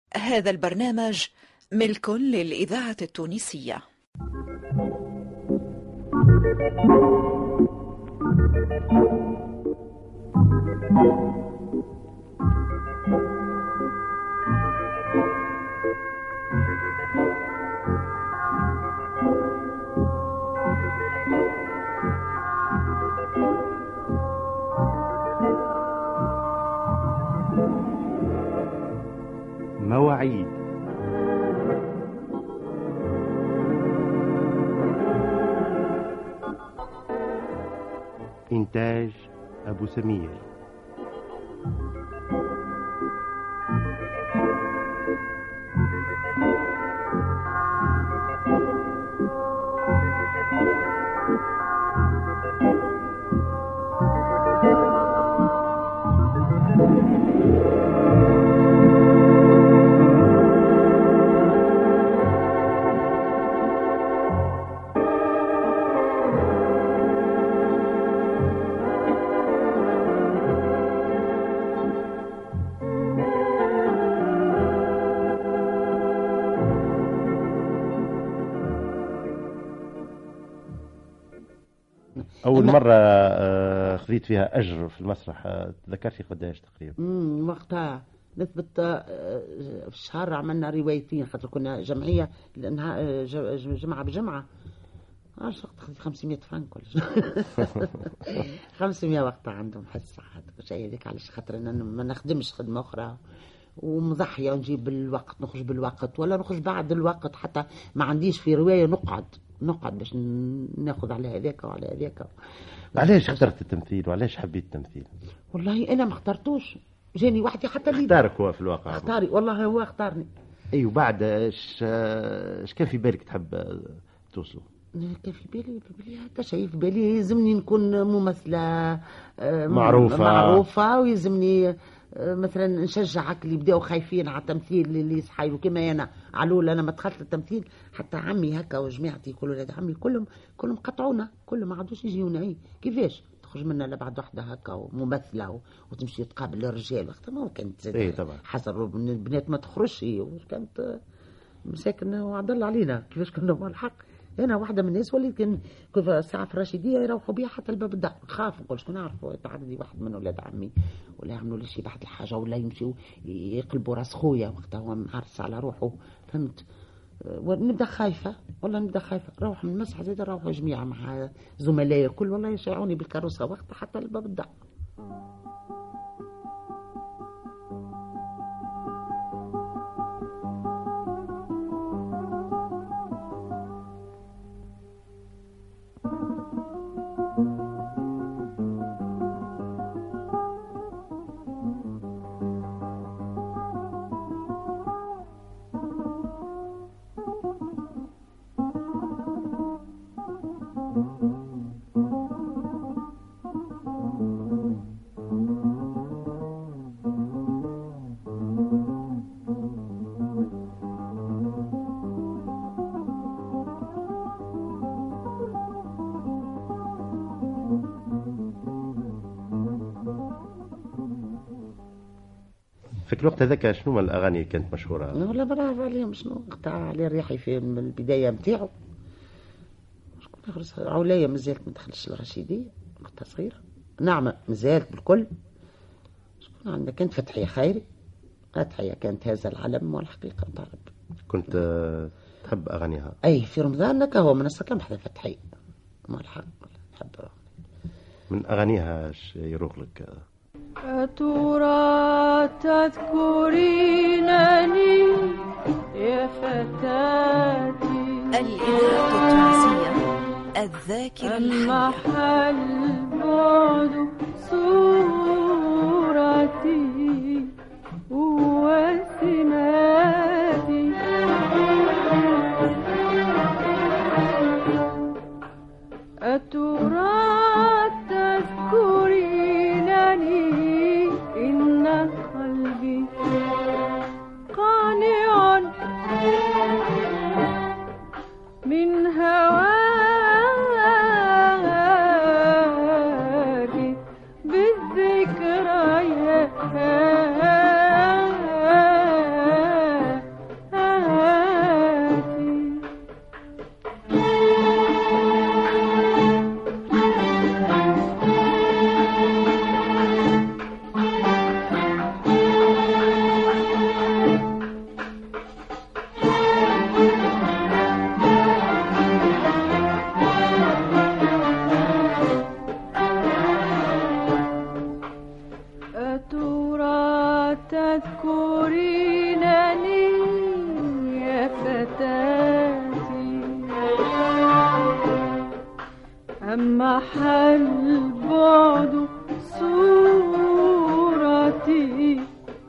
هذا البرنامج ملك للإذاعة التونسية. مواعيد. إنتاج أبو سمير. أول مرة خذيت فيها أجر في المسرح، تذكرتي قداش تقريبا؟ وقتها نثبت في الشهر عملنا روايتين، خاطر كنا جمعية لأنها جمعة بجمعة. عارف وقت خذيت 500 فرنك ولا شيء. 500 وقتها عندهم حصة شيء هذيك، علاش خاطر أنا ما نخدمش خدمة أخرى ومضحية، ونجيب بالوقت، نخرج بالوقت ولا نخرج بعد الوقت، حتى ما عنديش في رواية نقعد باش ناخذ على هذاك وعلى هذاك. علاش اخترت التمثيل وعلاش حبيت التمثيل؟ والله أنا ما اخترتوش، جاني وحدي حتى اللي اختارك هو في الواقع. اختاري والله، هو اختارني. أي وبعد ايش كان في بالك تحب توصل؟ كان في بالي حتى شيء في بالي، يلزمني نكون ممثلة معروفة ويلزمني مثلا نشجعك اللي بداوا خايفين على التمثيل، اللي يصحيوا كما انا علول. انا ما دخلت التمثيل حتى عمي هكا وجماعتي كل ولاد عمي كلهم قطعونا، كلهم ما عادوش يجيونا. كيفاش تخرج منا لبعد وحده هكا وممثله وتمشي تقابل الرجال؟ وقتها ما كانت طبعا حسر البنات ما تخرجش، وكانت مساكن وعد الله علينا كيفاش كنا مع الحق. انا واحده من الناس وليت كان كيف الساعه في الرشيديه يروحوا بيها حتى الباب الدار، نخاف نقول شكون نعرفوا يتعدي واحد من ولاد عمي ولا يعملوا لي شي بعض الحاجه، ولا يمشيوا يقلبوا راس خويا وقتها هو معرس على روحه، فهمت؟ ونبدا خايفه، والله نبدا خايفه. روح من المسرح زيد روحوا جميعا مع زملائي الكل، والله يشيعوني بالكاروسه وقتها حتى الباب الدار. في الوقت هذاك شنو من الأغاني اللي كانت مشهورة؟ والله برافو عليهم، شنو قطع علي الريحي في من البداية متاعو. شكون يخرج؟ عولاية مازالت ما دخلش الرشيدية وقتها صغيرة، نعمة مازالت بالكل. شكون عندنا؟ كانت فتحية خيري، فتحية كانت هذا العلم والحقيقة نتاع ربي. كنت تحب أغانيها؟ أي في رمضان لك هو من السكن حدا فتحية مع الحق نحب. من أغانيها يروق لك؟ أترى تذكرينني يا فتاتي؟ الإذاعة التونسية الذاكرة الحية. البعد صورتي وسماتي، أترى تذكرينني؟ إن قلبي قانع من هواك بالذات. البعد صورتي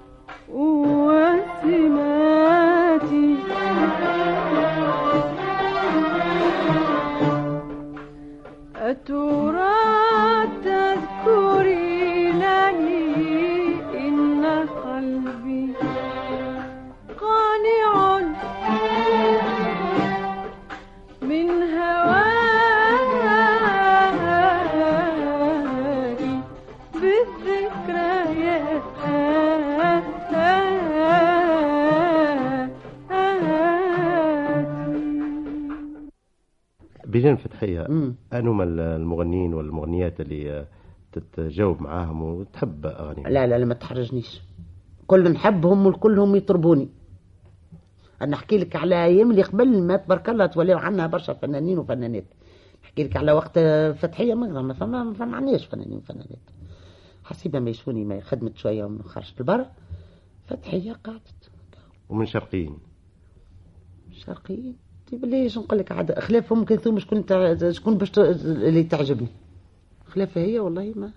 وسماتي أترى تذكرينني إن قلبي قانع من هواك بالذكريات بجانب فتحية أنو من المغنيين والمغنيات اللي تتجاوب معاهم وتحب أغاني؟ لا ما تحرجنيش، كل نحبهم والكلهم يطربوني. أنا أحكي لك على أيام اللي قبل ما تبارك الله توليو عنا برشا فنانين وفنانات. أحكي لك على وقت فتحية ما فمعناش فنانين وفنانات. حسيبة ما يشوني ما خدمت شوية ومن خرجت البر. فتحية قعدت. ومن شرقيين ليش نقول لك عاد خلافهم كلثوم شكون باش اللي تعجبني خلافها هي والله ما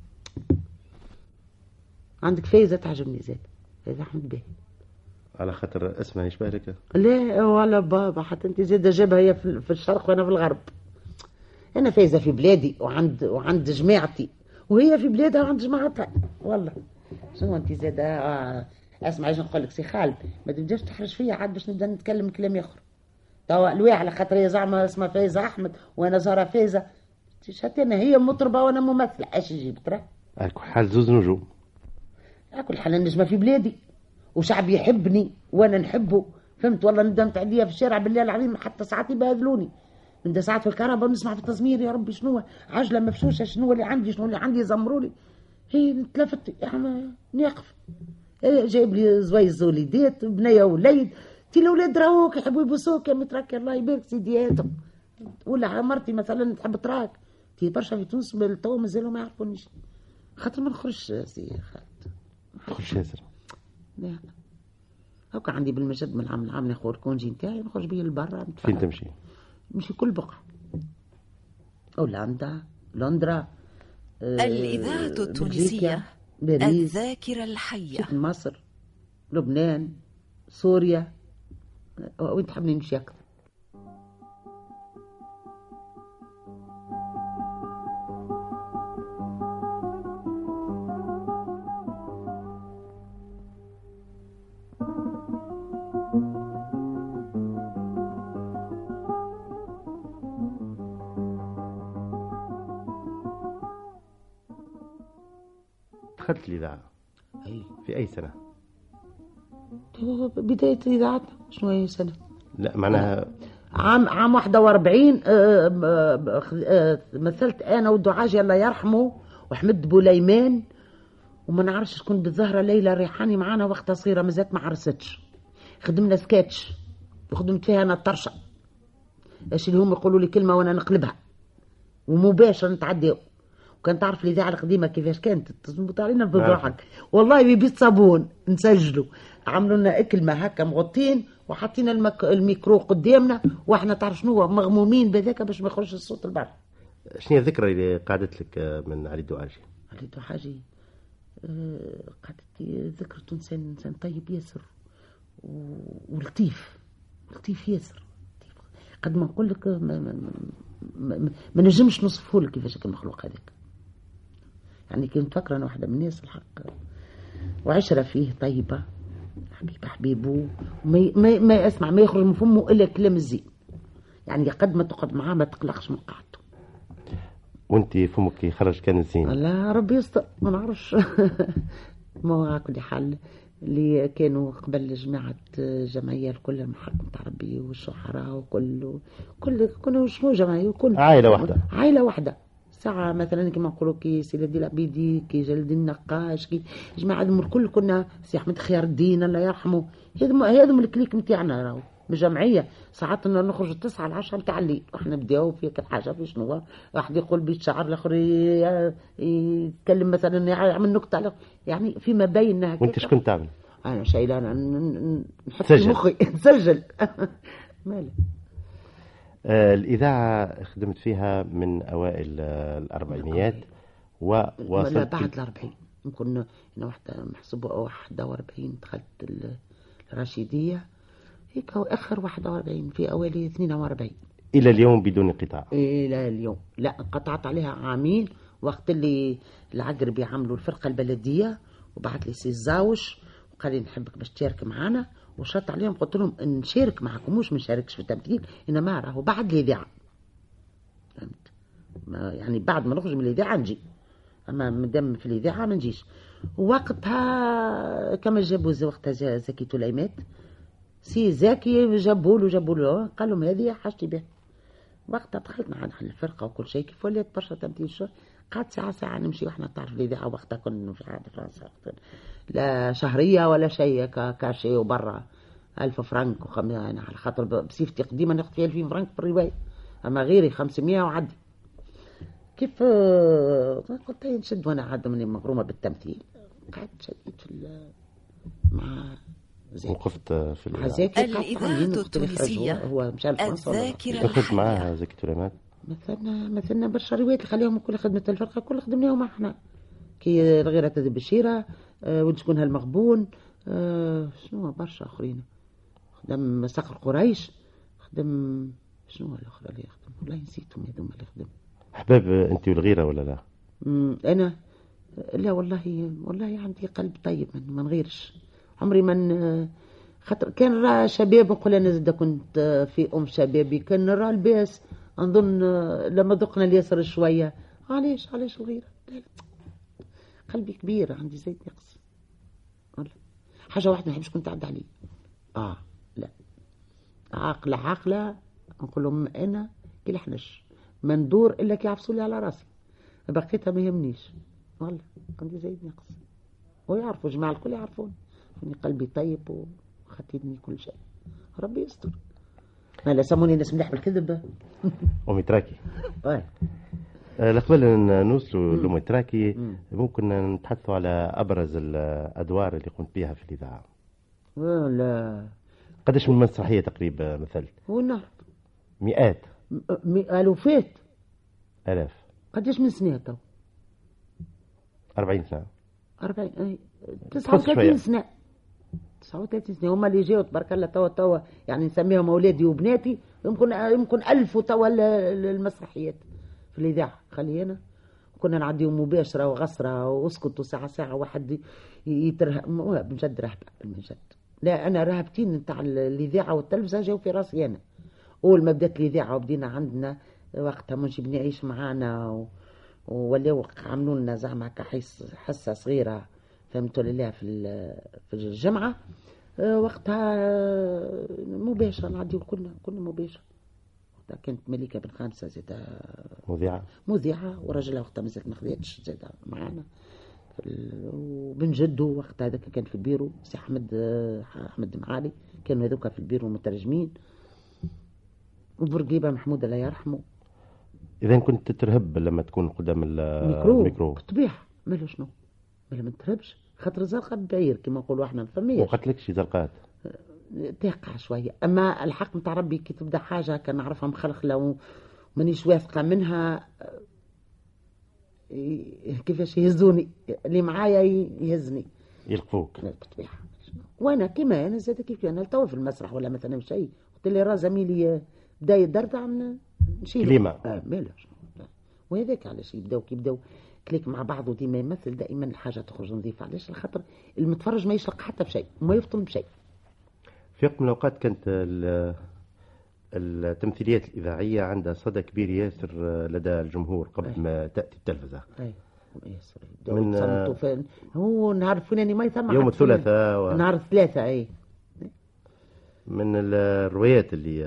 عندك فايزة تعجبني زاد فايزة أحمد باهي على خاطر اسمها يشبه لك؟ لا ولا بابا حتى انت زاد جابها هي في الشرق وانا في الغرب. انا فايزة في بلادي وعند جماعتي وهي في بلادها وعند جماعتها والله. شنو انت زاد اسمع ايش نقول لك سي خالد ما تبداش تحرج فيا عاد باش نبدا نتكلم كلام اخر. توا الواحد على خاطر هي زعما اسمها فايزة احمد وانا زهرة فايزة شاتنا هي مطربة وانا ممثلة ايش يجيب ترى؟ على كل حال زوز نجوم. على كل حال النجمة في بلادي وشعب يحبني وانا نحبه فهمت. والله ندمت عليا في الشارع بالله العظيم حتى ساعات يبهذلوني. ندى ساعات في الكهرباء ونسمع في التزمير يا ربي شنو عجلة مفشوشة شنو اللي عندي يزمرولي. هي نتلفت يعني نقف جايب لي زويز وليدات بنية وليد تي الاولاد راهوك يحبوا يبوسوك يا متراك الله يبارك سيدياتهم. ولا مرتي مثلا تحب تراك تي برشا في تونس تو مازالوا ما يعرفونيش خاطر ما نخرجش سي خالد تخرج ياسر. لا هكا عندي بالمجد من العام ناخذ الكونجي نتاعي نخرج بيه لبرا. فين تمشي؟ نمشي كل بقعة هولندا لندرا الإذاعة التونسية باريس الذاكرة الحية شفت مصر لبنان سوريا وين تحبني نمشي أكثر. دخلت الإذاعة في أي سنة؟ بداية إذاعتنا شنو هي سنة؟ لا معناها عام 41 مثلت أنا والدعاجي الله يرحمه وحمد بوليمان وما نعرفش شكون بالظهرة ليلى الريحاني معانا وقتها صغيرة مازالت ما عرستش. خدمنا سكاتش وخدمت فيها أنا الطرشة ايش اللي هم يقولوا لي كلمة وأنا نقلبها ومباشر نتعديو. وكان تعرف الإذاعة القديمة كيفاش كانت تزبط علينا بضحك والله ببيت صابون نسجلوا عملوا لنا كلمة هكا مغطين وحطينا الميكرو قدامنا واحنا تعرف شنو مغمومين بذاك باش ما يخرجش الصوت البر. شنو هي الذكرى اللي قعدت لك من علي الدعاجي؟ علي الدعاجي قعدت ذكرته إنسان طيب ياسر ولطيف ياسر. قد ما نقول لك ما نجمش نوصفه لك كيفاش المخلوق هذاك. يعني كنت فاكره انا واحده من الناس الحق وعشره فيه طيبه حبيبه ما اسمع ما يخرج من فمه الا كلام الزين. يعني قد ما تقعد معاه ما تقلقش من قعدته. وانت فمك يخرج كان الزين؟ لا ربي يستر ما نعرفش. ما هو على كل حال اللي كانوا قبل جمعية الكل المحاكم تاع ربي والشحراء وكل كنا شنو جمعية وكل عائلة واحدة ساعة مثلا كما نقولوا كي سي لدي العبيدي كي جلد النقاش كي جماعة الكل كنا سي أحمد خيار الدين الله يرحمه. هذم الكليك نتاعنا راهو بالجمعية. ساعات نخرج 9 ل 10 نتاع الليل واحنا نبداو في كل حاجة في شنو واحد يقول بيت شعر الاخر يتكلم مثلا يعمل نكتة يعني فيما بيننا. وانت شكون تعمل؟ انا شايله انا نحط في مخي نسجل. مالي الإذاعة خدمت فيها من أوائل الأربعينيات لا ووصلت بعد الأربعين، يمكن أنا واحدة محسوبة 41 دخلت الرشيدية هيك، آخر 41 في أوائل 42 إلى اليوم بدون انقطاع. إلى اليوم لا، انقطعت عليها عامين وقت اللي العقرب يعملوا الفرقة البلدية، وبعت لي سي الزاوش وقال لي نحبك باش تشارك معنا، وشرط عليهم قلت لهم نشارك معكم، مش نشاركش في التمثيل، إنما راهو بعد الإذاعة، فهمت؟ يعني بعد ما نخرج من الإذاعة نجي، أما مدام في الإذاعة ما نجيش. وقتها كما جابوا وقتها زكي تليمات، سي زكي جابوا له قال لهم هذه حاجتي بها. وقتها دخلت معنا على الفرقة وكل شيء، كيف ولات برشا تمثيل الشهر، قعدت ساعة نمشي وإحنا تعرف الإذاعة وقتها كنا في عاد فرنسا، لا شهرية ولا شيء كاشي، وبرا 1000 فرنك يعني على خاطر بصفتي قديمة ناخذ فيها 2000 فرنك في الرواية، أما غيري 500 وعدي. كيف قلت نشد وأنا عاد مني مغرومة بالتمثيل، قعدت شديت في مع زكي، وقفت في مع زكي الإذاعة التونسية هو مشى لفرنسا الذاكرة أخذت معها الحية. زكي تليمات. مثلنا برشا روايات اللي خليهم كل خدمة الفرقة كل خدمناهم احنا، كي الغيرة تدي بشيرة، وين شكون هالمغبون، شنو برشا آخرين، خدم صقر قريش، خدم شنو الأخرى اللي يخدم، والله نسيتهم هذوما اللي خدم. أحباب أنت والغيرة ولا لا؟ أنا لا والله عندي قلب طيب، ما نغيرش عمري من خاطر كان راه شباب، نقول انا زاد كنت في شبابي كان راه الباس نظن لما ذقنا اليسر شويه، علاش الغيره، لا قلبي كبير عندي زيد نقص والله. حاجه واحده ما نحبش كنت تعدى علي، لا عاقله نقول لهم انا كي لحنش ما ندور الا كي يعفسوا لي على راسي، بقيتها ما يهمنيش والله، عندي زيد نقص، ويعرفوا جماعة الكل يعرفون اني قلبي طيب وخطيبني كل شيء، ربي يستر. ما لا سموني ناس مليح بالكذب. أمي تراكي. قبل نوصلوا لأمي تراكي ممكن نتحدثوا على أبرز الأدوار اللي قمت بها في الإذاعة. لا قداش من مسرحية تقريبا مثلت؟ ونعرف مئات ألوفات آلاف. قداش من سنة تو؟ 40 سنة. 40 39 سنة. 39 سنة هما اللي جاوا تبارك الله توا يعني نسميهم أولادي وبناتي، يمكن 1000 توا المسرحيات في الإذاعة. خلينا كنا نعديو مباشرة وغسرة واسكتوا ساعة واحد يترهب بجد رهبة بجد. لا أنا رهبتين نتاع الإذاعة والتلفزة جاوا في راسي أنا. أول ما بدأت الإذاعة وبدينا عندنا وقتها منشي بني يعيش معانا ولاو عملوا لنا زعما حصة صغيرة فهمتوا لله في الجامعة، وقتها مباشرة نعديو كنا مباشرة. وقتها كانت مليكة بن خامسة زيدا مذيعة ورجلها وقتها مازالت ما خديتش زيدا معانا، وبن جدو وقتها هذاك كان في البيرو سي أحمد معالي، كانوا هذوك في البيرو مترجمين، وبرقيبة محمود الله يرحمه. إذا كنت ترهب لما تكون قدام الميكرو؟ كنت بيح ماله شنو ما ترهبش، خاطر زرقاء بعير كما نقولوا احنا، ما فماش وقتلكش زرقات تاقع شويه. اما الحق نتاع ربي كي تبدا حاجه كان نعرفها مخلخله ومانيش واثقه منها، كيفاش يهزوني اللي معايا يهزني يلقفوك. كنت بيح وانا كيما انا زاد كيف انا تو في المسرح ولا مثلا شيء، قلت لي راه زميلي بدا يدردع نشيله كلمه ماله وهذاك علاش يبداو كليك مع بعض، وديما يمثل دائما الحاجه تخرج نظيفه، علاش الخاطر المتفرج ما يشلق حتى بشيء وما يفطن بشيء. في وقت من الاوقات كانت التمثيليات الاذاعيه عندها صدى كبير ياسر لدى الجمهور قبل ما تاتي التلفزه. من هو نهار الفلاني ما يسمع يوم الثلاثاء نهار الثلاثاء من الروايات اللي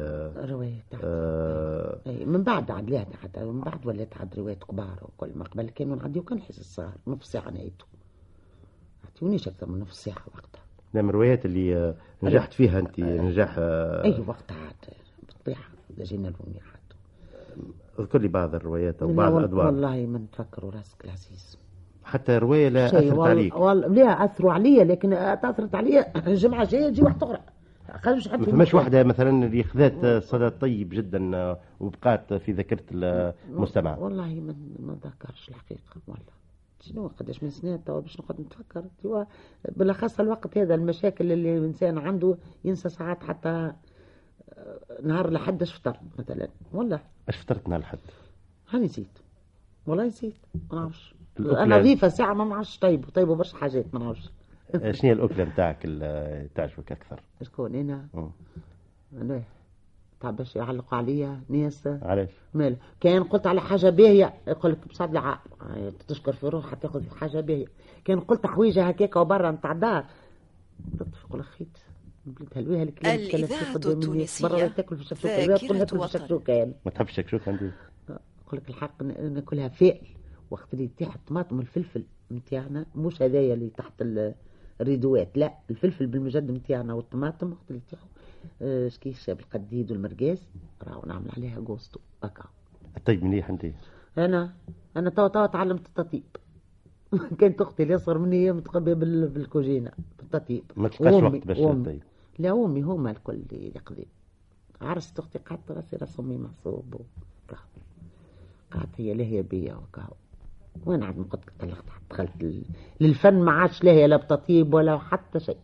من بعد عدلات حتى من بعد ولات عاد روايات كبار، وكل ما قبل كانوا نعديو كان حس الصغار نص ساعه نهايته، عطيونيش اكثر من نص ساعه وقتها. نعم الروايات اللي نجحت فيها انت نجاح وقتها عاد بالطبيعه جينا الرومي حتى. اذكر لي بعض الروايات او بعض الادوار. والله ما نتفكروا راسك العزيز، حتى روايه لا اثرت عليك؟ والله لا اثروا عليا، لكن اثرت عليا الجمعه الجايه تجي واحده اخرى خلينا مش ما حد فماش واحدة مثلا اللي خذات صدى طيب جدا وبقات في ذاكرة المستمع. والله ما ذكرش الحقيقة والله. شنو قداش من سنين توا باش نقعد نتفكر توا، بالاخص الوقت هذا المشاكل اللي الانسان عنده ينسى ساعات حتى نهار لحد فطر مثلا. والله اش فطرت نهار الحد؟ هاني نسيت والله، نسيت ما نعرفش. انا ضيفه ساعه ما نعرفش طيبوا برشا حاجات ما نعرفش. شنو هي الاكله نتاعك اللي تعجبك اكثر؟ شكون انا؟ انا تاع باش يعلقوا عليا ناس. علاش؟ مال كان قلت على حاجه باهيه يقول لك بصاد العقل تشكر في روحك تاخذ حاجه باهيه. كان قلت حويجه هكاك وبرا نتاع الدار تقول خيت بلدها الويها الكلام الإذاعة التونسية برا تاكل في الشكشوكه تقول ناكل في الشكشوكه. ما تحبش الشكشوكه انت؟ نقول لك الحق ناكلها فائل وقت اللي تحت الطماطم والفلفل نتاعنا، مش هذايا اللي تحت الريدوات، لا الفلفل بالمجد نتاعنا والطماطم وقت اللي تحت شكيش بالقديد والمرقاز راهو نعمل عليها غوستو هكا. طيب مليح انت؟ انا توا تعلمت التطيب. كانت اختي اللي اصغر مني هي متقبله بالكوجينه بالتطيب. ما تلقاش وقت باش تطيب؟ لا امي هما الكل اللي يقضي. عرست اختي قعدت راسي راس امي معصوب قعدت هي لهي بيا وكاو. وين عاد نقعد دخلت للفن ما عادش لهي لا بتطيب ولا حتى شيء.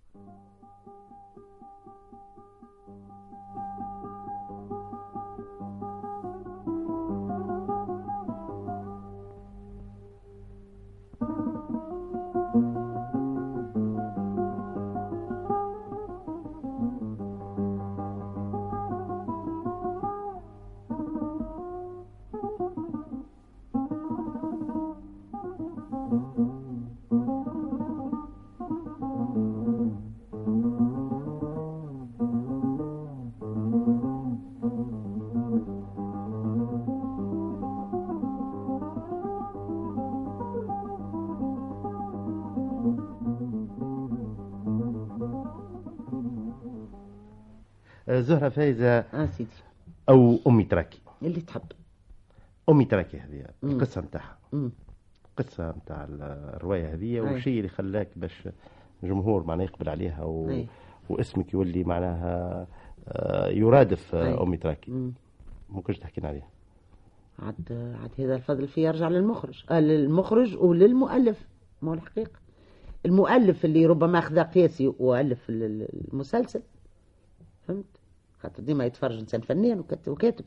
زهرة فايزة سيدي أو أمي تراكي اللي تحب. أمي تراكي هذه القصة نتاعها، القصة نتاع الرواية هذه والشيء اللي خلاك باش الجمهور معناه يقبل عليها واسمك يولي معناها يرادف أمي تراكي. ممكنش تحكينا عليها؟ عاد هذا الفضل فيه يرجع للمخرج وللمؤلف. ما هو الحقيقة المؤلف اللي ربما أخذ قياسي وألف المسلسل، فهمت؟ خاطر ديما يتفرج إنسان فنان وكاتب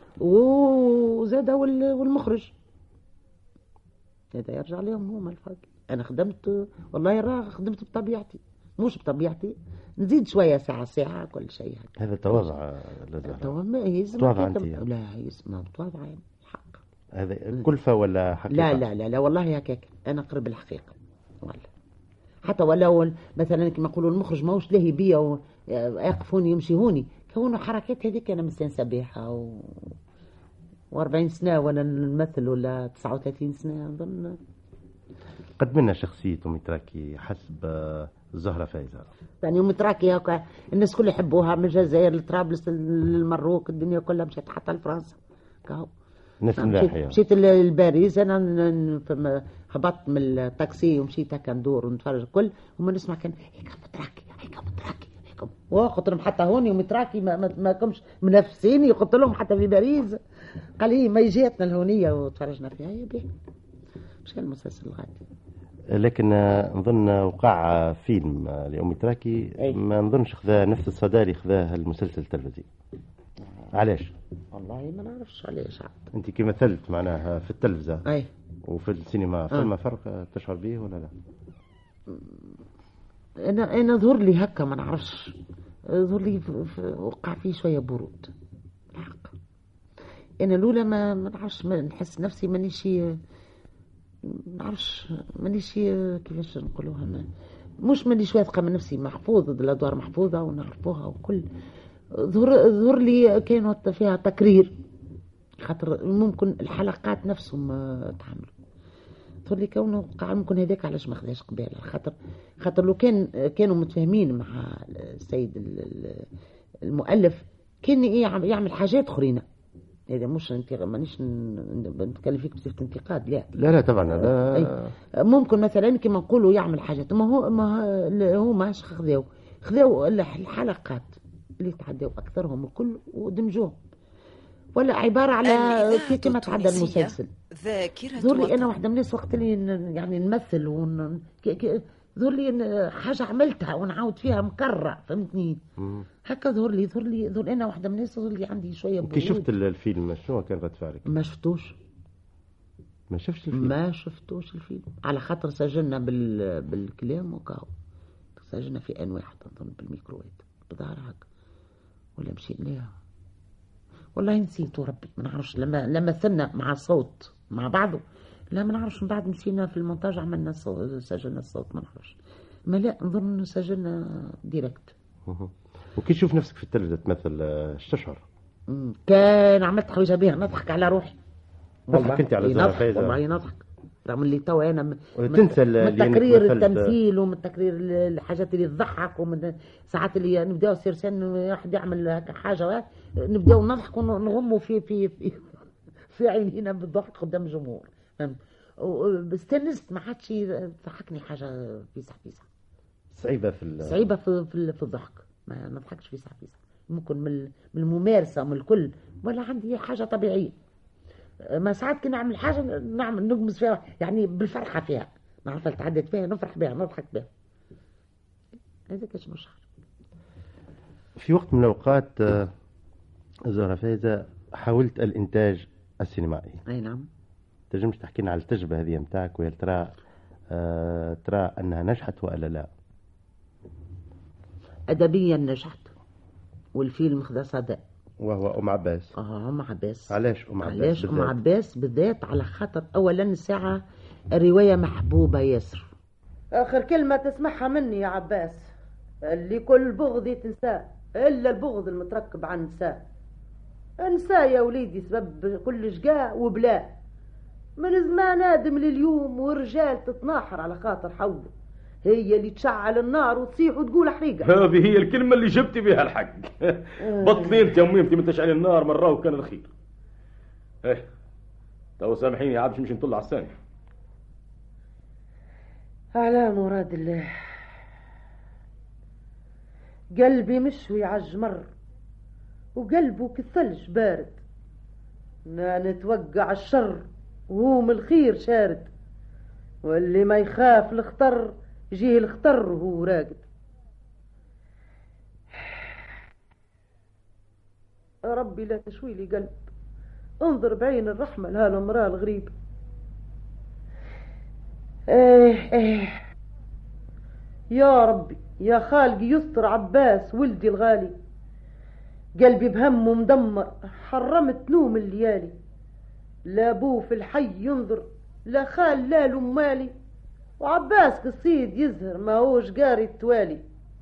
وزاد والمخرج هذا يرجع لهم هما الفضل. أنا خدمت والله خدمت بطبيعتي، مش بطبيعتي نزيد شوية ساعة كل شيء. هذا تواضع تواضع أنت؟ لا ما بتواضع يعني حق. هذا كلفة ولا حقيقة؟ لا والله هكاك أنا قرب الحقيقة والله. حتى ولو مثلا كما يقولوا المخرج ماهوش لاهي بيا ويقفوني يمشيهوني كونوا حركات هذيك أنا مسان سبيحة و40 سنة ولا نمثل ولا 39 سنة أظن. قد منا شخصية أمي تراكي حسب زهرة فايزة؟ يعني أمي تراكي هكا الناس كل يحبوها من الجزائر لطرابلس للمروك الدنيا كلها مشيت حتى لفرنسا كاو. ناس ملاحية. مشيت لباريس أنا هبطت من التاكسي ومشيت هكا ندور ونتفرج الكل وما نسمع كان هيك متراكي وقلت لهم حتى هوني ومتراكي ما كمش منافسيني قلت لهم حتى في باريس. قال لي ما يجيتنا الهونية وتفرجنا فيها هي بيه مش كان المسلسل الغادي. لكن نظن وقع فيلم لأمي تراكي ما نظنش خذا نفس الصدى اللي خذاه المسلسل التلفزيوني. علاش؟ والله ما نعرفش علاش. انت كي مثلت معناها في التلفزة وفي السينما فما فرق تشعر به ولا لا؟ انا ظهر لي هكا ما نعرفش، ظهر لي وقع فيه شويه برود الحق. انا الاولى ما نعرفش نحس نفسي مانيش كيفاش نقولوها مش مانيش واثقه من نفسي. محفوظ الادوار محفوظه ونعرفوها وكل ظهر لي كانت فيها تكرير خاطر ممكن الحلقات نفسهم تعملوا. ظهر لي كونه قاعد ممكن هذاك علاش ما خداش قبال خاطر لو كانوا متفاهمين مع السيد المؤلف كان يعمل حاجات اخرين. هذا مش مانيش نتكلم فيك بصفه انتقاد لا طبعا لا. ممكن مثلا كما نقولوا يعمل حاجات ما هو ماش خذاو خذوا الحلقات اللي تعدوا أكثرهم الكل ودمجوهم، ولا عبارة على كما تعدى المسلسل. ظهر لي أنا واحدة من الناس وقت اللي يعني نمثل ظهر لي حاجة عملتها ونعاود فيها مكرر، فهمتني؟ هكا ظهر لي أنا واحدة من الناس، ظهر لي عندي شوية كي شفت الفيلم شنو كان رد فعلك؟ ما شفتوش. ما شفتش الفيلم؟ ما شفتوش الفيلم، على خاطر سجلنا بالكلام وكاو، سجلنا في آن واحد أظن بالميكروويف بظهر هكا، ولا مشينا لها والله نسيتو ربي ما نعرفش. لما مثلنا مع الصوت مع بعضه لا ما نعرفش، من بعد مشينا في المونتاج عملنا سجلنا الصوت ما نعرفش، ما لا نظن انه سجلنا ديريكت. وكي تشوف نفسك في التلفزة تمثل ايش تشعر؟ كان عملت حويجه بها نضحك على روحي والله. كنت على زهرة فايزة والله نضحك رغم اللي توا انا تنسى من تكرير التمثيل ومن تكرير الحاجات اللي تضحك، ومن ساعات اللي نبداو سيرسان واحد يعمل هكا حاجه نبداو نضحك ونغموا في عينينا بالضحك قدام الجمهور، فهمت؟ واستنست ما عادش يضحكني حاجه فيسع صعيبه في الضحك، ما نضحكش فيسع ممكن من الممارسه من الكل، ولا عندي حاجه طبيعيه. ما ساعات كي نعمل حاجه نغمز فيها يعني بالفرحه فيها، ما عرفت تعدت فيها نفرح بها نضحك بها، هذا كاش مشعر. في وقت من الاوقات زهرة فايزة حاولت الانتاج السينمائي. اي نعم. تنجمش تحكي لنا على التجربه هذه نتاعك، وهل ترى انها نجحت ولا لا؟ ادبيا نجحت، والفيلم خذا صدى. وهو أم عباس. أم عباس. علاش أم عباس؟ علاش أم عباس بالذات؟ على خاطر أولا الساعة الرواية محبوبة ياسر. آخر كلمة تسمعها مني يا عباس، اللي كل بغض تنساه إلا البغض المتركب عن نساء. انساه يا وليدي سبب كل شقاء وبلاء، من زمان آدم لليوم ورجال تتناحر على خاطر حوله، هي اللي تشعل النار وتصيح وتقول حريقة. هذه هي الكلمة اللي جبتي بها الحق. بطلي انت يا امي انت من تشعل النار مرة وكان الخير. ايه تو سامحيني يا عبد مش نطلع على الثانية. على مراد الله، قلبي مشوي عالجمر وقلبه كالثلج بارد، نتوقع الشر وهو من الخير شارد، واللي ما يخاف الخطر يجيه الخطر وهو راقد. ربي لا تشوي لي قلب، انظر بعين الرحمة لهالمرأة الغريب. يا ربي يا خالقي يستر عباس ولدي الغالي، قلبي بهمه مدمر حرمت نوم الليالي، لا ابوه في الحي ينظر لا خال لا لمالي، وعباس قصيد يزهر ما هوش قاري التوالي.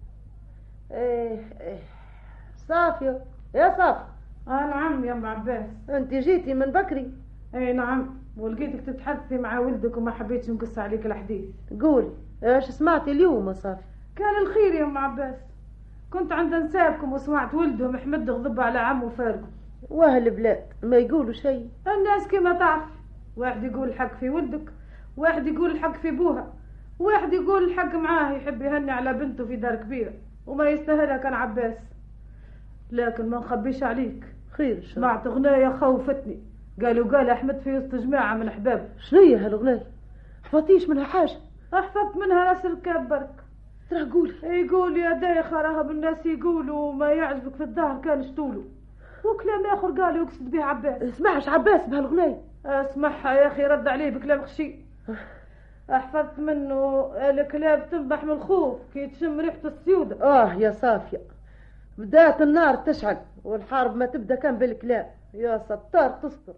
صافية يا صافية. نعم يا ام عباس. انت جيتي من بكري؟ اي نعم، ولقيتك تتحدثي مع ولدك وما حبيتش نقص عليك الحديث. قولي ايش سمعتي اليوم يا صافية؟ كان الخير يا ام عباس، كنت عند نسابكم وسمعت ولدهم محمد غضب على عمه فارقه. واهل البلاد ما يقولوا شيء؟ الناس كما تعرف، واحد يقول الحق في ولدك، واحد يقول الحق في ابوها، واحد يقول الحق معاه يحب يهني على بنته في دار كبيرة وما يستاهلها كان عباس. لكن ما نخبيش عليك، خير سمعت غناية خوفتني، قال أحمد في وسط جماعة من أحبابه. شنو هي هالغناية؟ حفظتيش منها حاجة؟ أحفظت منها راس الكاب برك. ترى قولي. يقول يا دايخة راها بالناس يقولوا ما يعجبك في الظهر كان شتولو، وكلام آخر قالوا يقصد به عباس. اسمعش عباس بهالغناية؟ اسمعها يا أخي، رد عليه بكلام خشي. أحفظت منه الكلاب تنبح من الخوف كي تشم ريحة السيودة. يا صافية، بدات النار تشعل والحرب ما تبدأ كان بالكلاب، يا ستار تستر.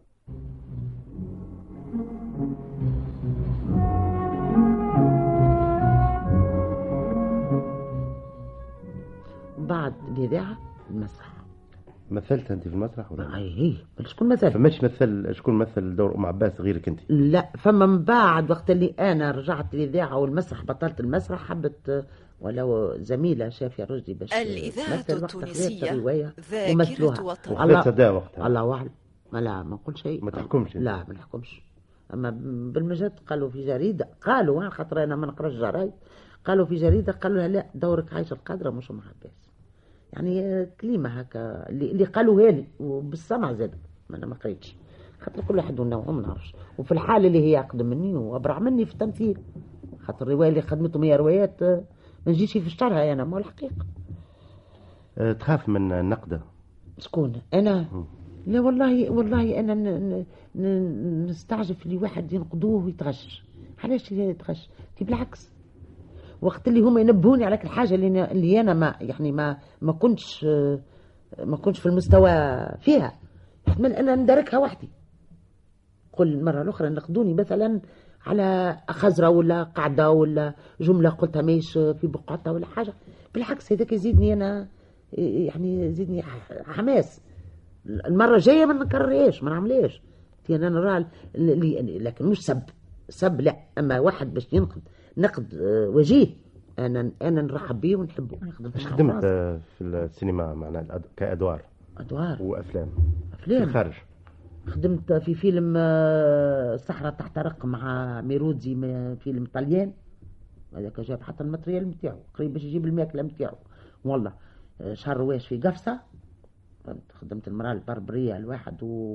بعد الإذاعة المسرح. مثلت انت في المسرح ولا؟ اي شكون مثل؟ فماش مثل شكون مثل دور ام عباس غيرك انت؟ لا، فما من بعد وقت اللي انا رجعت للاذاعه والمسرح بطلت المسرح حبت ولو زميله شافيه رشدي باش الاذاعه التونسيه ذاكره وطن. الله صدى وقتها. الله اعلم. لا ما نقول شيء. ما تحكمش. لا ما نحكمش. اما بالمجد قالوا في جريده، قالوا خاطر انا ما نقراش جرايد، قالوا في جريدة قالوا لها لا دورك عايشة القادرة مش مع عباس. يعني كلمة هكا اللي قالوها لي وبالسمع زاد ما قريتش خاطر كل واحد ونوعه ما نعرفش. وفي الحالة اللي هي أقدم مني وأبرع مني في التمثيل خاطر الرواية اللي خدمتهم هي روايات ما نجيش في شطرها أنا ما الحقيقة. تخاف من النقدة؟ شكون أنا؟ لا والله أنا نستعجب اللي واحد ينقدوه ويتغش. علاش يتغش؟ بالعكس وقت اللي هم ينبهوني على الحاجة اللي أنا ما كنتش في المستوى فيها احتمال أنا ندركها وحدي. كل مرة الأخرى نقدوني مثلا على خزرة ولا قاعدة ولا جملة قلتها ماهيش في بقعتها ولا حاجة، بالعكس هذاك يزيدني أنا يزيدني حماس. المرة الجاية ما نكررهاش ما نعملهاش. أنا نرى لكن مش سب لا، أما واحد باش ينقد نقد وجيه أنا نرحب به ونحبه. ايش خدمت في السينما معنا كأدوار وأفلام في الخارج؟ خدمت في فيلم الصحراء تحترق مع ميرودزي، فيلم طليان هذاك جاب حتى الماتريال نتاعو قريب باش يجيب الماكله نتاعو والله. شهر رواش في قفصه خدمت المراه البربريه الواحد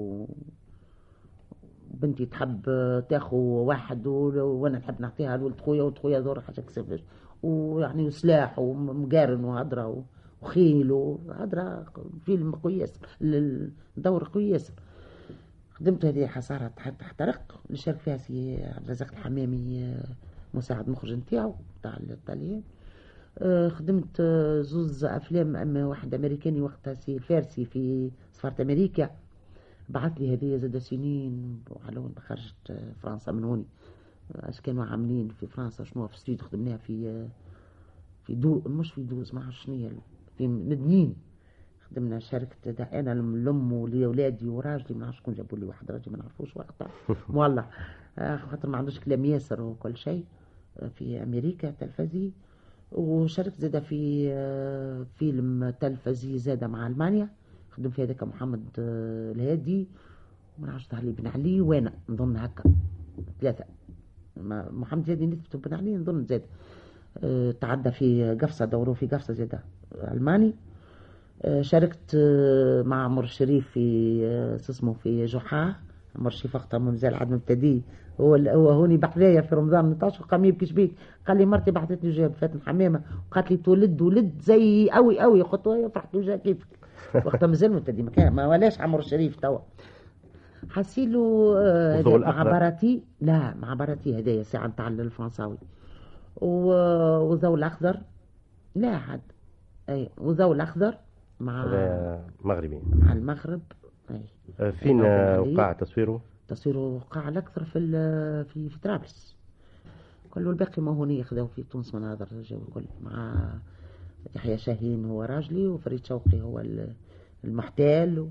وبنتي تحب تاخو واحد وانا نحب نعطيها لولد خويا وخويا دور حاجه كسبش ويعني سلاح ومقارن وهضره وخيل وهضره. فيلم قوي ياسر الدور قوي ياسر. خدمت هذه حصارة تحترق اللي شارك فيها سي عبد الرزاق الحمامي مساعد مخرج نتاعو تاع الطاليان. خدمت زوز افلام، اما واحد امريكاني وقتها سي الفارسي في سفارة امريكا بعث لي هذه زاد سنين وعلون خرجت فرنسا من هوني. اش كانوا عاملين في فرنسا شنو في السويد خدمناها في مش في دوز ما عرفش شنو في مدنين خدمنا شاركت انا الام ولادي وراجلي ما نعرفش شكون جابوا لي واحد راجل ما نعرفوش وقتها والله خاطر ما عندوش كلام ياسر وكل شيء في امريكا تلفزي. وشاركت زاده في فيلم تلفزي زاده مع المانيا خدم في هذاك محمد الهادي ما نعرفش علي بن علي وانا نظن هكا ثلاثه محمد الهادي نثبت بن علي نظن زاد. تعدى في قفصه دوروا في قفصه زاده الماني. شاركت مع عمر الشريف في اسمه في جحا. عمر الشريف وقتها منزل عاد مبتدي هو هوني بحذايا في رمضان 18 قام يبكي شبيك قال لي مرتي بعثتني جاب فاتن حمامه وقالت لي ولد زي قوي قلت له فرحت وجا كيفك وقتها مازال مبتدي ما ولاش عمر الشريف توا حسيلو مع براتي لا مع براتي هدايا ساعه نتاع الفرنساوي وذو الاخضر لا حد اي وذو الاخضر مع مغربي مع المغرب. أي. فين وقع تصويره وقع الأكثر في طرابلس كله. الباقي ما هوني يخذوا في تونس مناظر الجو كل مع يحيى شاهين هو راجلي وفريد شوقي هو المحتال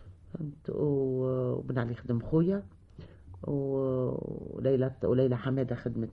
وبن علي خدم خويا وليلى حمادة خدمت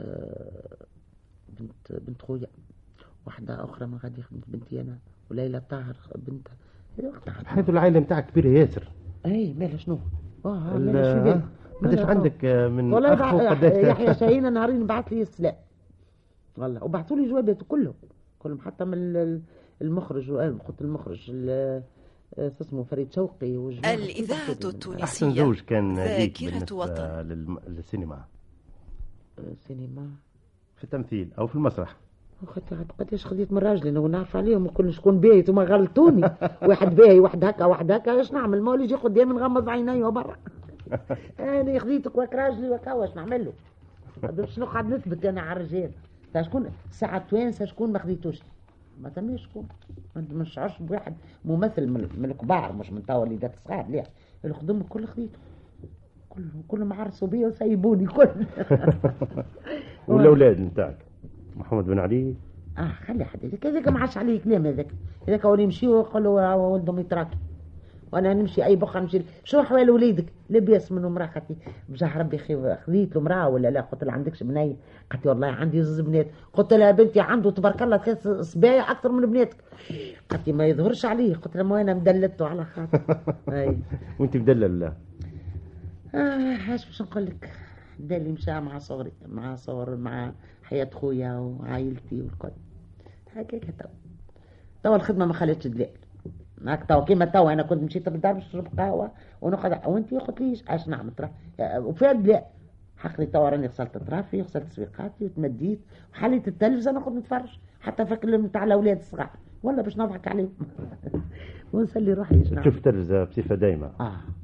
بنت خويا. واحدة أخرى ما غادي خدمت بنتي أنا وليلى طاهر بنت حيث العائلة متاعك كبيرة ياسر. اي مالا شنو قداش عندك من اخ وقداش يحيى شاهين نهارين بعث لي السلام والله وبعثوا لي جوابات كلهم حتى من المخرج قلت المخرج اسمه فريد شوقي الإذاعة التونسية. أحسن زوج كان ذاكرة وطن للسينما سينما في التمثيل أو في المسرح. اختي قداش خديت من راجلي ونعرف عليهم كل شكون باهي ثم غلطوني واحد باهي واحد هكا ايش نعمل ما يجي قدامي نغمض عيني وبرا انا خديتك واك راجلي وكا واش نعمل له شنو قاعد نثبت انا على الرجال شكون ساعه توانسه شكون ما خديتوش ما تماش شكون ما نشعرش بواحد ممثل من الكبار مش من توا وليدات صغار لا الخدم الكل خديته كلهم عرسوا بيا وسايبوني كل والاولاد نتاعك محمد بن علي خلي حد هذاك ما عادش عليه كلام هذاك هو يمشي ويقول له ولدهم يتراكي وانا نمشي اي بقعه نمشي شنو احوال وليدك لبيس منهم امراه خاطي بجاه ربي خذيت له امراه ولا لا قلت لها عندكش بنيه قالت والله عندي زوج بنات قلت لها بنتي عنده تبارك الله 3 صبايا اكثر من بناتك قالت ما يظهرش عليه قلت لها ما انا مدلته على خاطر وانت مدلل ايش باش نقول لك دالي مشى مع صغري مع حياة خويا وعائلتي والكل هكاك. توا الخدمة ما خلتش دلال معك. توا كيما توا انا كنت مشيت للدار باش نشرب قهوة ونقعد وانت قلت ليش اش نعمل ترى وفيها دلال حقي. توا راني غسلت طرافي وغسلت سويقاتي وتمديت وحليت التلفزة نقعد نتفرج حتى في الكلام نتاع الاولاد الصغار ولا باش نضحك عليهم ونسلي روحي. تشوف تلفزة بصفة دايمة؟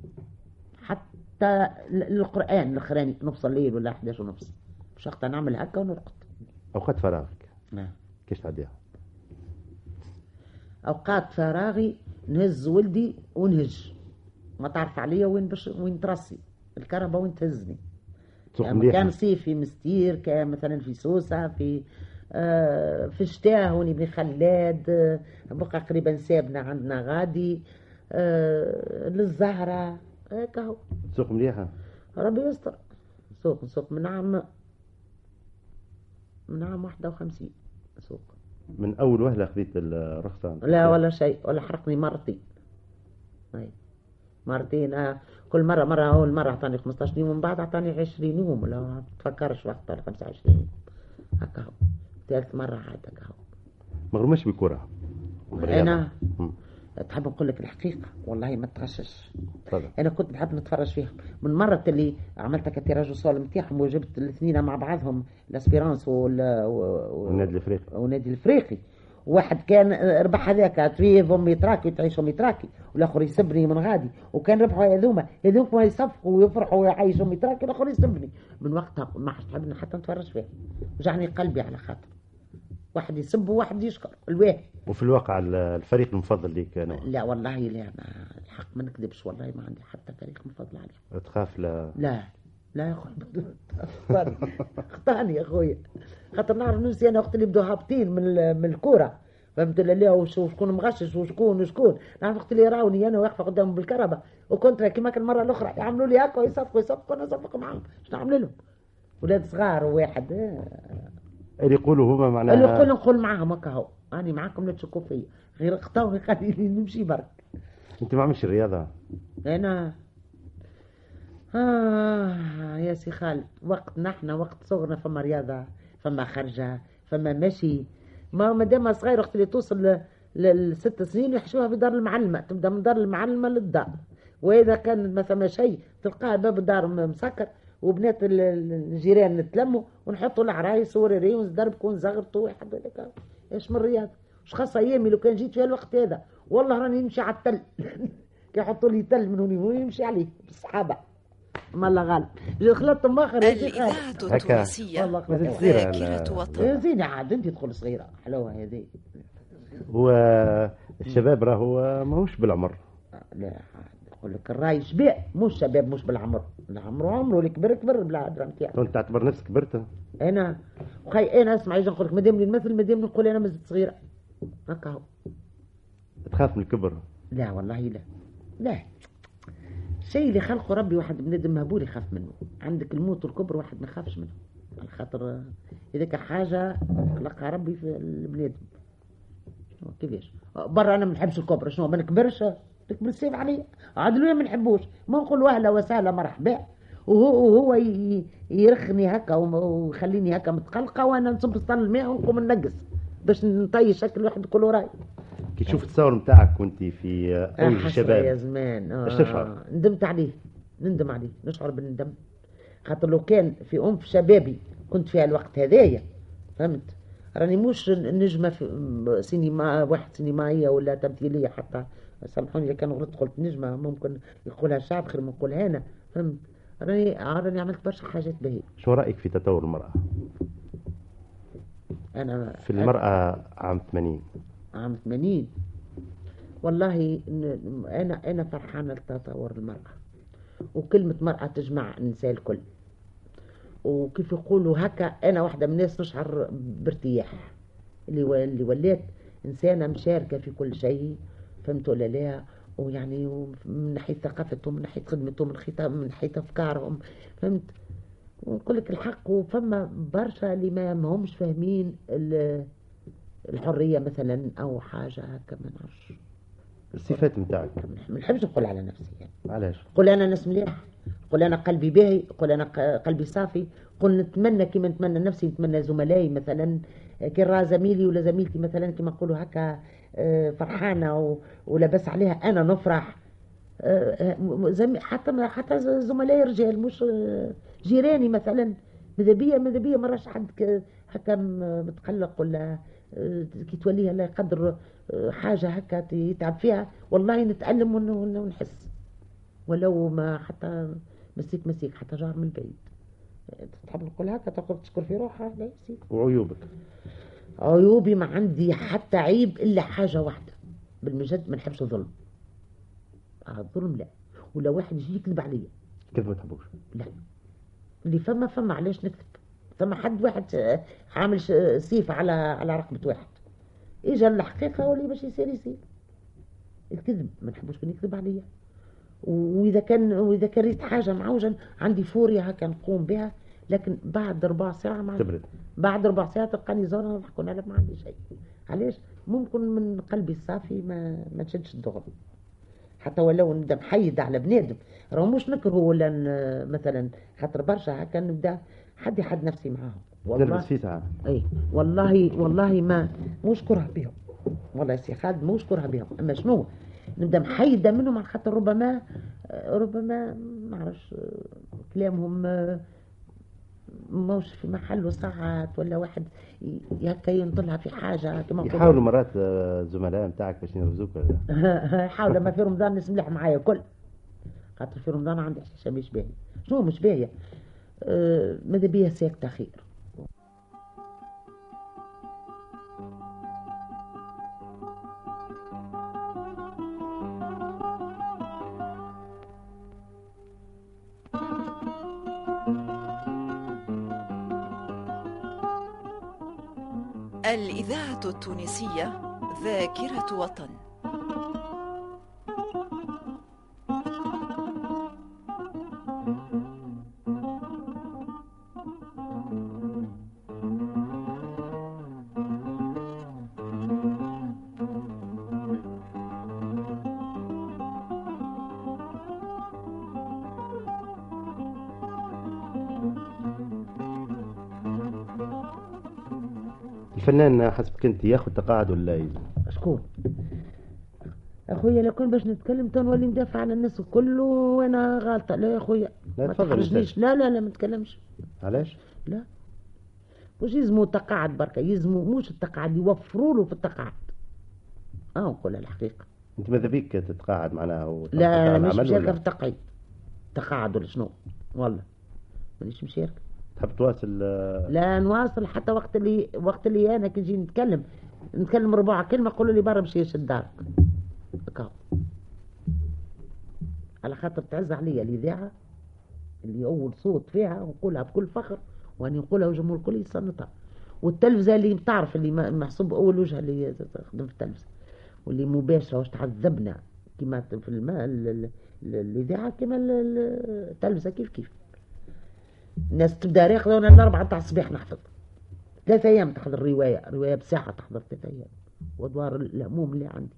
حتى القرآن الاخراني نص الليل ولا 11 ونص باش وقتها نعمل هكا ونرقد. اوقات فراغك نعم كيف تعديها؟ اوقات فراغي نهز ولدي ونهج ما تعرف عليا وين ترسي الكهرباء وين تهزني. يعني كان صيفي مستير كان مثلا في سوسة في الشتاء هوني بن خلاد بقى قريبا سابنا عندنا غادي للزهرة هكا هو. سوق مليحة ربي يستر. سوق من عام 51 سوق. من أول وهلة خذيت الرخصة؟ لا ولا شيء ولا حرقني مرتين. مرتين كل مرة أول مرة أعطاني 15 يوم ومن بعد أعطاني 20 يوم ولا ما تفكرش وقتها 25 هكا هو. ثالث مرة عاد هكا هو. مغرمش بكرة؟ أنا تحب نقول لك الحقيقة والله ما تغشش. أنا كنت بحب نتفرج فيهم من مرة اللي عملت كتيراج وصول متاعهم وجبت الاثنين مع بعضهم الاسبيرانس والنادي الافريقي. واحد كان ربح هذاك تريف امي تراكي تعيش امي تراكي والاخر يسبني من غادي وكان ربحوا هذوك ما يصفقوا ويفرحوا ويعيشوا امي تراكي والاخر يسبني. من وقتها ما حبنا حتى نتفرج فيه وجعني قلبي على خاطر واحد يسب وواحد يشكر الواحد. وفي الواقع الفريق المفضل ليك أنا؟ لا والله لا ما الحق ما نكذبش والله ما عندي حتى فريق مفضل عليه. تخاف؟ لا يا اخوي اختاني يا اخويا خاطر نعرف نفسي انا وقت اللي بدو هابطين من الكوره فهمت لا وشكون مغشش وشكون نعرف وقت اللي راوني انا واقفه قدامهم بالكهرباء وكنت كيما كان المره الاخرى يعملوا لي هكا ويصفقوا انا صفق معاهم اش نعمل لهم ولاد صغار وواحد اللي يقولوا هما معناها اللي يقولوا نقول معاهم هكا هو اني معاكم لا تشكوا فيا غير اختوني خليني نمشي برك. انت ما عملش الرياضه؟ انا يا سي خالد وقتنا احنا وقت صغرنا فما رياضه فما خرجه فما مشي ما دام صغير وقت اللي توصل ل6 سنين يحشوها في دار المعلمه تبدا من دار المعلمه للدار واذا كان ما ثم شيء تلقاه باب الدار مسكر وبنات الجيران نتلموا ونحطوا العرايس وريري ونضربكم ونزغرطوا واحد هذاك ايش من الرياضه واش خاصه ايامي لو كان جيت في الوقت هذا والله راني نمشي على التل كي يحطوا لي تل من هوني ويمشي عليه بالصحابه ما الله غالب خلطت ماخر الإذاعة التونسية ذاكرة وطن. زين عاد انت تدخل صغيره حلوه هذه. والشباب راهو ماهوش بالعمر. لا نقول لك الراي شباب مش شباب مش بالعمر عمره اللي كبر بلا درهم تاعو. انت تعتبر نفسك كبرت؟ انا خي انا اسمع يجي نقول لك مادام نمثل مادام نقول انا مازلت صغيره هكا هو. تخاف من الكبر؟ لا والله لا شيء اللي خلقه ربي واحد بنادم مهبول يخاف منه. عندك الموت والكبر واحد ما يخافش منه على خاطر اذا حاجه خلقها ربي في البنادم. كيفاش برا انا ما نحبش الكبر شنو ما نكبرش تكبر السيف عليا عاد ما نحبوش ما نقول اهلا وسهلا مرحبا وهو يرخني هكا ويخليني هكا متقلقه وانا نصب سطل الماء ونقوم ننقص باش نطيش شكل واحد كل وراي. كي تشوف التصور نتاعك وانت في اول الشباب يا زمان ايش تشعر؟ نندم عليه نشعر بالندم خاطر لو كان في انف شبابي كنت في الوقت هذايا فهمت راني مش نجمه في سينما واحد سينمائيه ولا تمثيليه حتى سامحوني اذا كان غلطت قلت نجمه ممكن يقولها الشعب خير من نقولها انا فهمت راني عملت برشا حاجات باهيه. شو رايك في تطور المراه؟ انا في المراه عام 80 والله انا فرحانه لتطور المراه وكلمه مراه تجمع النساء الكل وكيف يقولوا هكا انا واحده من الناس نشعر بارتياح اللي ولات انسانه مشاركه في كل شيء فهمت ولا لا ويعني من ناحيه ثقافتهم من ناحيه خدمتهم من ناحيه افكارهم فهمت ونقول لك الحق وفما برشا اللي ما همش فاهمين الحريه مثلا او حاجه هكا ما نعرفش الصفات نتاعك. ما نحبش نقول على نفسي يعني. علاش؟ قول انا ناس مليح، قول انا قلبي باهي، قول انا قلبي صافي، قول نتمنى كيما نتمنى نفسي، نتمنى زملائي مثلا، كي راه زميلي ولا زميلتي مثلا كيما نقولوا هكا فرحانه ولاباس عليها انا نفرح. حتى زملائي رجال مش جيراني مثلا، ماذا بيا ما راش حد هكا متقلق ولا كي توليها لا يقدر حاجه هكا يتعب فيها، والله نتألم ونحس ولو ما حتى مسيك حتى جار من البيت. تحب نقول هكا تقول تشكر في روحها لا يسير. وعيوبك؟ عيوبي ما عندي حتى عيب الا حاجه واحده بالمجد، ما نحبش الظلم. الظلم لا، ولا واحد يجي يكذب عليا. كذب ما تحبوش؟ لا، اللي فما علاش نكذب؟ فما حد واحد عامل سيف على رقبه واحد، اجا الحقيقه واللي باش يصير. الكذب ما نحبوش كان يكذب عليا. واذا كان ريت حاجه معوجا عندي فوريا هكا نقوم بها، لكن بعد 4 ساعة تبرد. بعد 4 ساعات تلقاني زهرة نضحك ونقول ما عندي شيء. علاش؟ ممكن من قلبي الصافي ما نشدش الدغري، حتى ولو نبدا محيد على بنادم، راه مش نكره ولا مثلا خاطر برشا هكا نبدا حد نفسي معاهم. والله في ساعة. اي والله ما مش كره بهم، والله يا سي خالد مش كره بهم، اما شنو نبدا محيده منهم على خاطر ربما ما نعرفش كلامهم موش في محله ساعات، ولا واحد هكا ينطلها في حاجه كما يحاولوا مرات الزملاء نتاعك باش ينرفزوك ولا يحاولوا. ما في رمضان ناس مليح معايا كل، خاطر في رمضان عندي حشيشه مش باهيه. شنو مش باهيه؟ ماذا بيا ساكته خير. الإذاعة التونسية ذاكرة وطن. الفنان حسبك انت ياخذ تقاعد ولا يلزم؟ شكون؟ اخويا لو كان باش نتكلم تنولي ندافع على الناس الكل وانا غلطه. لا يا اخويا لا ما تفضليش. لا ما نتكلمش. علاش؟ لا مش يزموا تقاعد بركه، يزموا مش التقاعد، يوفروا له في التقاعد. نقول الحقيقه. انت ماذا بيك تتقاعد معناها؟ لا مش مشاركه في التقاعد. تقاعد ولا شنو؟ والله مانيش مشاركه. تحب تواصل؟ لا نواصل حتى وقت اللي انا كي نجي نتكلم ربع كلمه قولوا لي برا مشي يشد دارك هكا، على خاطر تعز عليا الاذاعه اللي اول صوت فيها ونقولها بكل فخر، واني نقولها والجمهور الكل يصنتها، والتلفزه اللي تعرف اللي محسوب اول وجهه اللي تخدم في التلفزه واللي مباشره واش تعذبنا كما في الاذاعه كما التلفزه كيف الناس تبدا راقده وانا الاربعه تاع الصباح نحفظ 3 أيام تحضر روايه بساعه تحضر 3 أيام، وادوار الهموم اللي عندي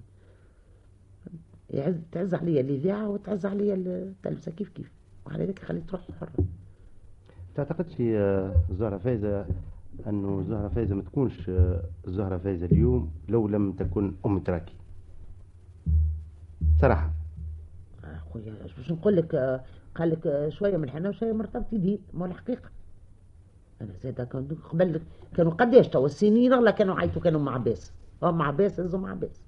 تعز عليا الاذاعه وتعز عليا التلفزه كيف وعلى ذلك خليت روحي حره. تعتقدش زهرة فايزة انه زهرة فايزة ما تكونش زهرة فايزة اليوم لو لم تكن ام تراكي؟ صراحه اخويا باش نقول لك، قال لك شويه من الحنا وشويه مرتبط يدي، ما الحقيقه انا زاد قبل كانوا قداش تو السنين ولا كانوا عيطوا كانوا مع عباس، مع عباس هزوا مع عباس.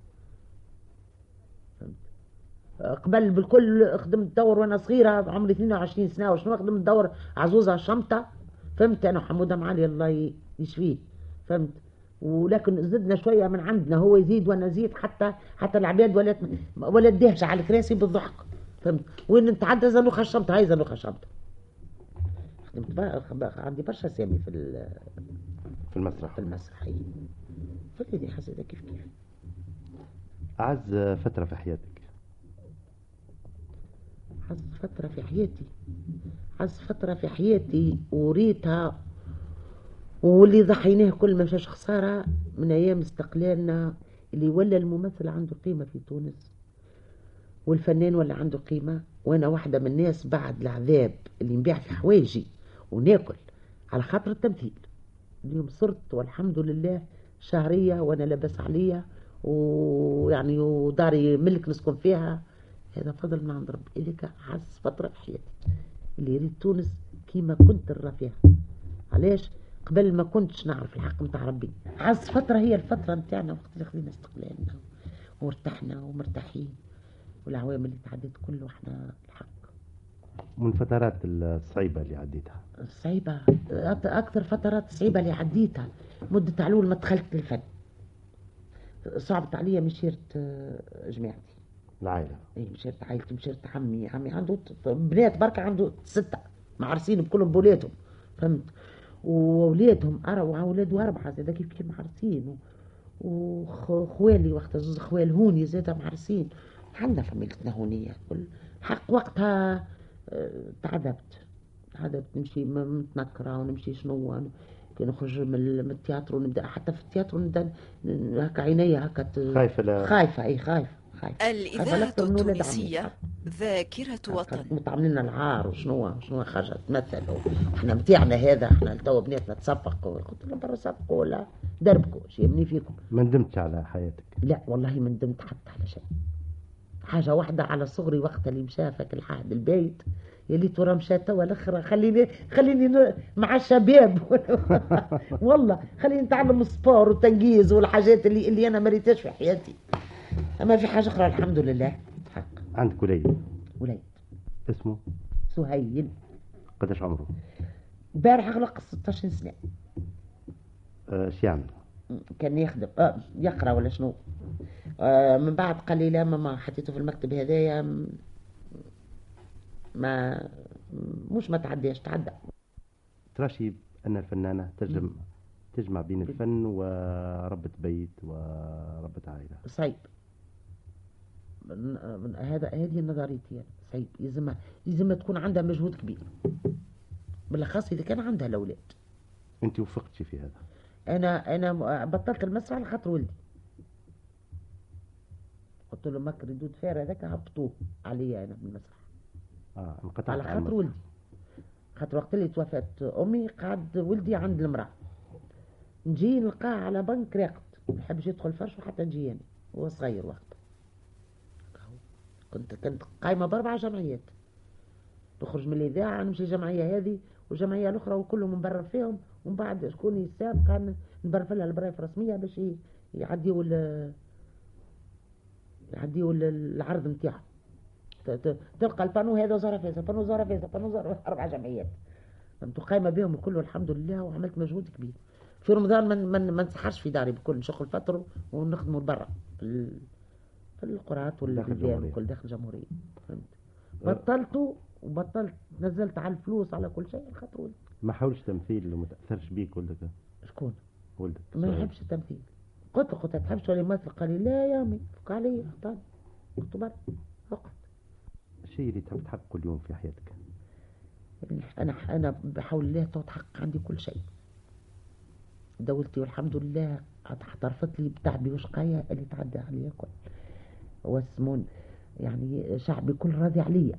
قبل بالكل خدمت دور وانا صغيره عمري 22 سنه وشنو خدمت دور عزوزه الشمطه، فهمت انا وحموده معالي الله يشفيه، فهمت. ولكن زدنا شويه من عندنا، هو يزيد وانا زيد، حتى العباد ولا دهشه على الكراسي بالضحك، فهمت. وين نتعدى زنوخه الشمطه، هاي زنوخه الشمطه. خدمت عندي برشا سامي في المسرح. فكرتي حسيتها كيف أعز فترة في حياتك؟ عز فترة في حياتي وريتها واللي ضحيناه كل ما مشاش خسارة من أيام استقلالنا، اللي ولا الممثل عنده قيمة في تونس والفنان ولا عنده قيمة. وأنا واحدة من الناس بعد العذاب اللي نبيع في حوايجي وناكل على خاطر التمثيل. اليوم صرت والحمد لله شهرية وأنا لاباس عليا ويعني وداري ملك نسكن فيها. هذا فضل من عند ربي. اللي عز فترة في حياتي اللي يريد تونس كيما كنت نرى فيها. علاش؟ قبل ما كنتش نعرف الحق متاع ربي. عز فترة هي الفترة متاعنا وقت اللي خذينا استقلالنا وارتحنا ومرتاحين، والعوامل اللي تعديت كله احنا الحق. من الفترات الصعيبة اللي عديتها؟ الصعيبة أكثر فترات صعيبة اللي عديتها مدة علول ما دخلت للفن. صعبت عليا مشيرة جماعتي العائلة. اي مشيرة عائلتي، مشيرة عمي عنده بنات بركة، عنده 6 معرسين بكلهم بولادهم، فهمت؟ وولادهم وأولاده 4 زاد كيف معرسين، وخوالي وقتها زوز خوال هوني زاد معرسين. عندنا فاميلتنا هونية كل حق. وقتها تعذبت نمشي متنكرة ونمشي شنو كي نخرج من التياترو ونبدا حتى في التياترو نبدا هكا عينيا هكا خايفة. الإذاعة التونسية ذاكرة وطن. متعاملين العار وشنو خرجت مثل احنا متاعنا هذا، احنا توا بناتنا تصفق. قلت لهم برا صفقوا ولا دربكوا شي مني فيكم. ما ندمتش على حياتك؟ لا والله ما ندمت حتى على شيء. حاجة واحدة على صغري وقت اللي مشافك الحاد البيت يلي ترى مشى توا الاخر خليني مع الشباب والله خليني نتعلم السبور والتنجيز والحاجات اللي انا ما ريتهاش في حياتي. اما في حاجه اخرى الحمد لله حق. عندك وليد؟ وليد اسمه سهيل. قداش عمره؟ البارح اغلق 16 سنه. ايش يعمل؟ كان يخدم يقرا ولا شنو. من بعد قال لي لا ماما حطيته في المكتب هذايا ما تعديش تعدى. تراشي أن الفنانة تجمع بين الفن وربة بيت وربة عائلة؟ صعيب. هذه نظريتي. صعيب. لازم تكون عندها مجهود كبير، بالأخص إذا كان عندها الأولاد. أنت وفقتي في هذا؟ أنا بطلت المسرح على خاطر ولدي. قلت له ماك ردود فارغ هذاك هبطوه عليا أنا بالمسرح. انقطعت على خاطر ولدي. خاطر وقت اللي توفت أمي قعد ولدي عند المرأة، نجي نلقاه على بنك راقد ما يحبش يدخل فرشه حتى نجي أنا هو صغير وقت. كنت قايمة ب4 جمعيات، تخرج من الإذاعة نمشي جمعية هذه والجمعية الأخرى وكلهم نبرر فيهم، ومن بعد شكون يساب كان نبرر لها البرايف رسمية باش يعديوا العرض نتاعهم. تلقى البانو هذا زار فيزا، بانو زار فيزا، بانو زار 4 جمعيات كنت قايمة بهم الكل والحمد لله، وعملت مجهود كبير. في رمضان ما نسحرش في داري بكل نشغل فطر ونخدموا برا في القرات والبلدان وكل داخل الجمهورية. فهمت؟ وبطلت نزلت على الفلوس على كل شيء خاطر ولدي. ما حاولش تمثيل وما تأثرش بيك ولدك؟ شكون؟ ولدك ما يحبش التمثيل. قلت تحبش ولا يمثل؟ قال لي لا يا امي فك علي اختار. قلت برا اقعد. الشيء اللي تحب تحققه كل يوم في حياتك؟ انا بحول الله تحقق عندي كل شيء. دولتي والحمد لله اعترفت لي بتعبي وشقايا اللي تعدى عليا كل واسمون، يعني شعبي كل راضي عليا.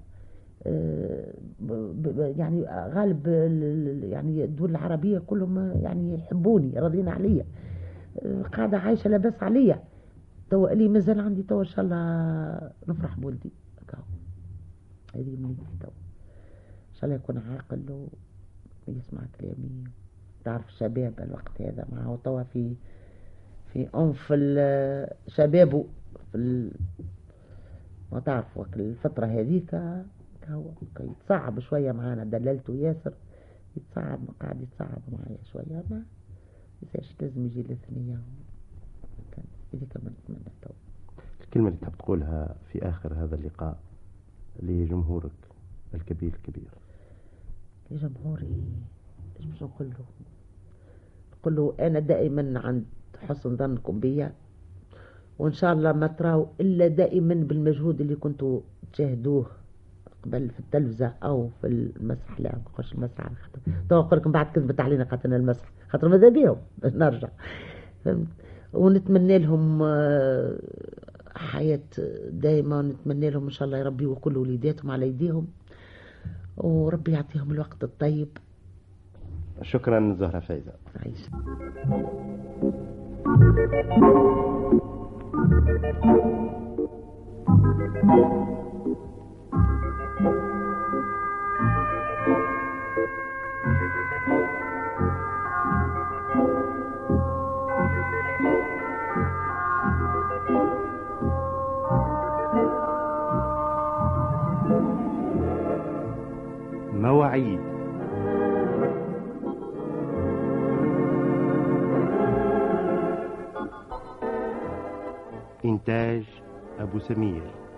يعني غالب يعني الدول العربية كلهم يعني يحبوني راضين عليا. قاعدة عايشة لاباس عليا. تو اللي مازال عندي تو ان شاء الله نفرح بولدي هذه منيتي تو ان شاء الله يكون عاقل ويسمع كلامي. تعرف الشباب الوقت هذا معه توا في عنف شبابه ما تعرف وقت الفترة هذيك هو يتصعب شوية معانا. دللته ياسر يتصعب، قاعد يتصعب معايا شوية. ما يساش لازم يجي للثنية إذا كمان نتمنى تو. الكلمة اللي تحب تقولها في آخر هذا اللقاء لجمهورك الكبير لجمهوري ايش باش نقول له أنا دائما عند حسن ظنكم بيا، وإن شاء الله ما تراو إلا دائما بالمجهود اللي كنتوا تشاهدوه قبل في التلفزة أو في المسرح. لا نقولش المسرح على خاطر توقع لكم بعد كذبت علينا قاتلنا المسرح خاطر ماذا بيهم نرجع. فهمت؟ ونتمنى لهم حياة دائما. نتمنى لهم إن شاء الله يربيوا كل وليداتهم على يديهم وربي يعطيهم الوقت الطيب. شكرا زهرة فايزة. عايشة. مواعيد. إنتاج أبو سمير.